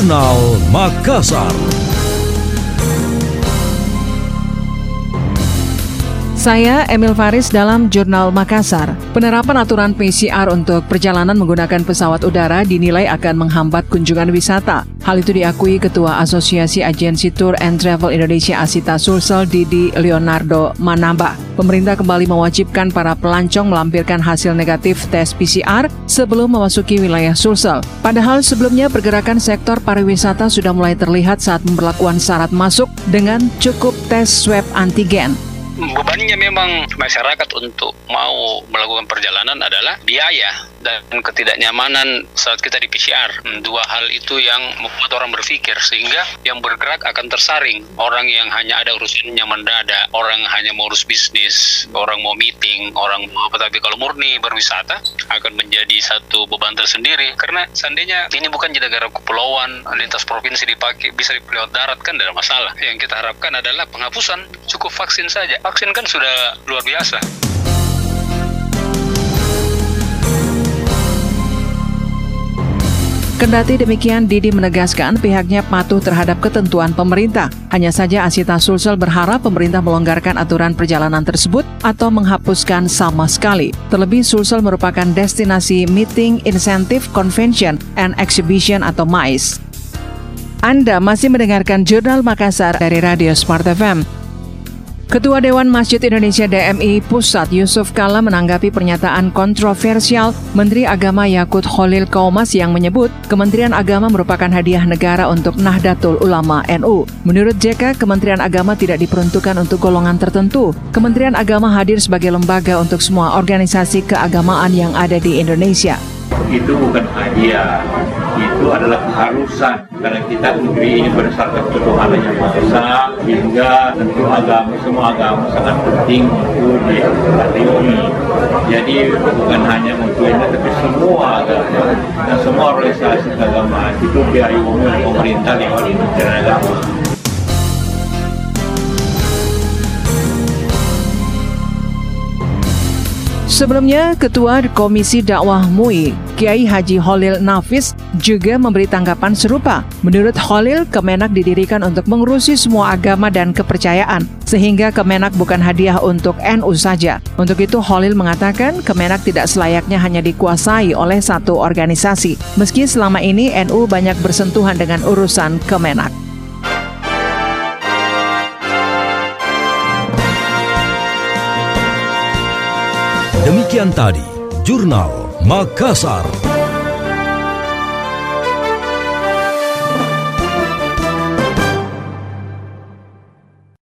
Jurnal Makassar. Saya Emil Faris dalam Jurnal Makassar. Penerapan aturan PCR untuk perjalanan menggunakan pesawat udara dinilai akan menghambat kunjungan wisata. Hal itu diakui Ketua Asosiasi Agensi Tour and Travel Indonesia Asita Sulsel Didi Leonardo Manaba. Pemerintah kembali mewajibkan para pelancong melampirkan hasil negatif tes PCR sebelum memasuki wilayah Sulsel. Padahal sebelumnya pergerakan sektor pariwisata sudah mulai terlihat saat pemberlakuan syarat masuk dengan cukup tes swab antigen. Bebannya memang masyarakat untuk mau melakukan perjalanan adalah biaya dan ketidaknyamanan saat kita di PCR. Dua hal itu yang membuat orang berpikir, sehingga yang bergerak akan tersaring. Orang yang hanya ada urusannya mendadak, orang hanya mau urus bisnis, orang mau meeting, orang mau apa. Tapi kalau murni berwisata akan menjadi satu beban tersendiri. Karena seandainya ini bukan di negara kepulauan, lintas provinsi dipakai, bisa lewat darat kan tidak masalah. Yang kita harapkan adalah penghapusan, cukup vaksin saja. Vaksin kan sudah luar biasa. Kendati demikian, Didi menegaskan pihaknya patuh terhadap ketentuan pemerintah. Hanya saja Asita Sulsel berharap pemerintah melonggarkan aturan perjalanan tersebut atau menghapuskan sama sekali. Terlebih Sulsel merupakan destinasi Meeting, Incentive, Convention, and Exhibition atau MICE. Anda masih mendengarkan Jurnal Makassar dari Radio Smart FM. Ketua Dewan Masjid Indonesia DMI Pusat Yusuf Kala menanggapi pernyataan kontroversial Menteri Agama Yakut Khalil Qaumas yang menyebut Kementerian Agama merupakan hadiah negara untuk Nahdlatul Ulama NU. Menurut JK, Kementerian Agama tidak diperuntukkan untuk golongan tertentu. Kementerian Agama hadir sebagai lembaga untuk semua organisasi keagamaan yang ada di Indonesia. Itu bukan hadiah, itu adalah keharusan karena kita negeri ini berdasarkan ketuhanan yang Maha Esa, hingga tentu semua agama sangat penting untuk dilindungi. Jadi bukan hanya untuk ini, tapi semua agama dan semua organisasi keagamaan itu diayomi oleh pemerintah lewat Kementerian Agama. Sebelumnya, Ketua Komisi Dakwah MUI, Kiai Haji Khalil Nafis, juga memberi tanggapan serupa. Menurut Khalil, Kemenak didirikan untuk mengurusi semua agama dan kepercayaan, sehingga Kemenak bukan hadiah untuk NU saja. Untuk itu, Khalil mengatakan Kemenak tidak selayaknya hanya dikuasai oleh satu organisasi, meski selama ini NU banyak bersentuhan dengan urusan Kemenak. Demikian tadi Jurnal Makassar.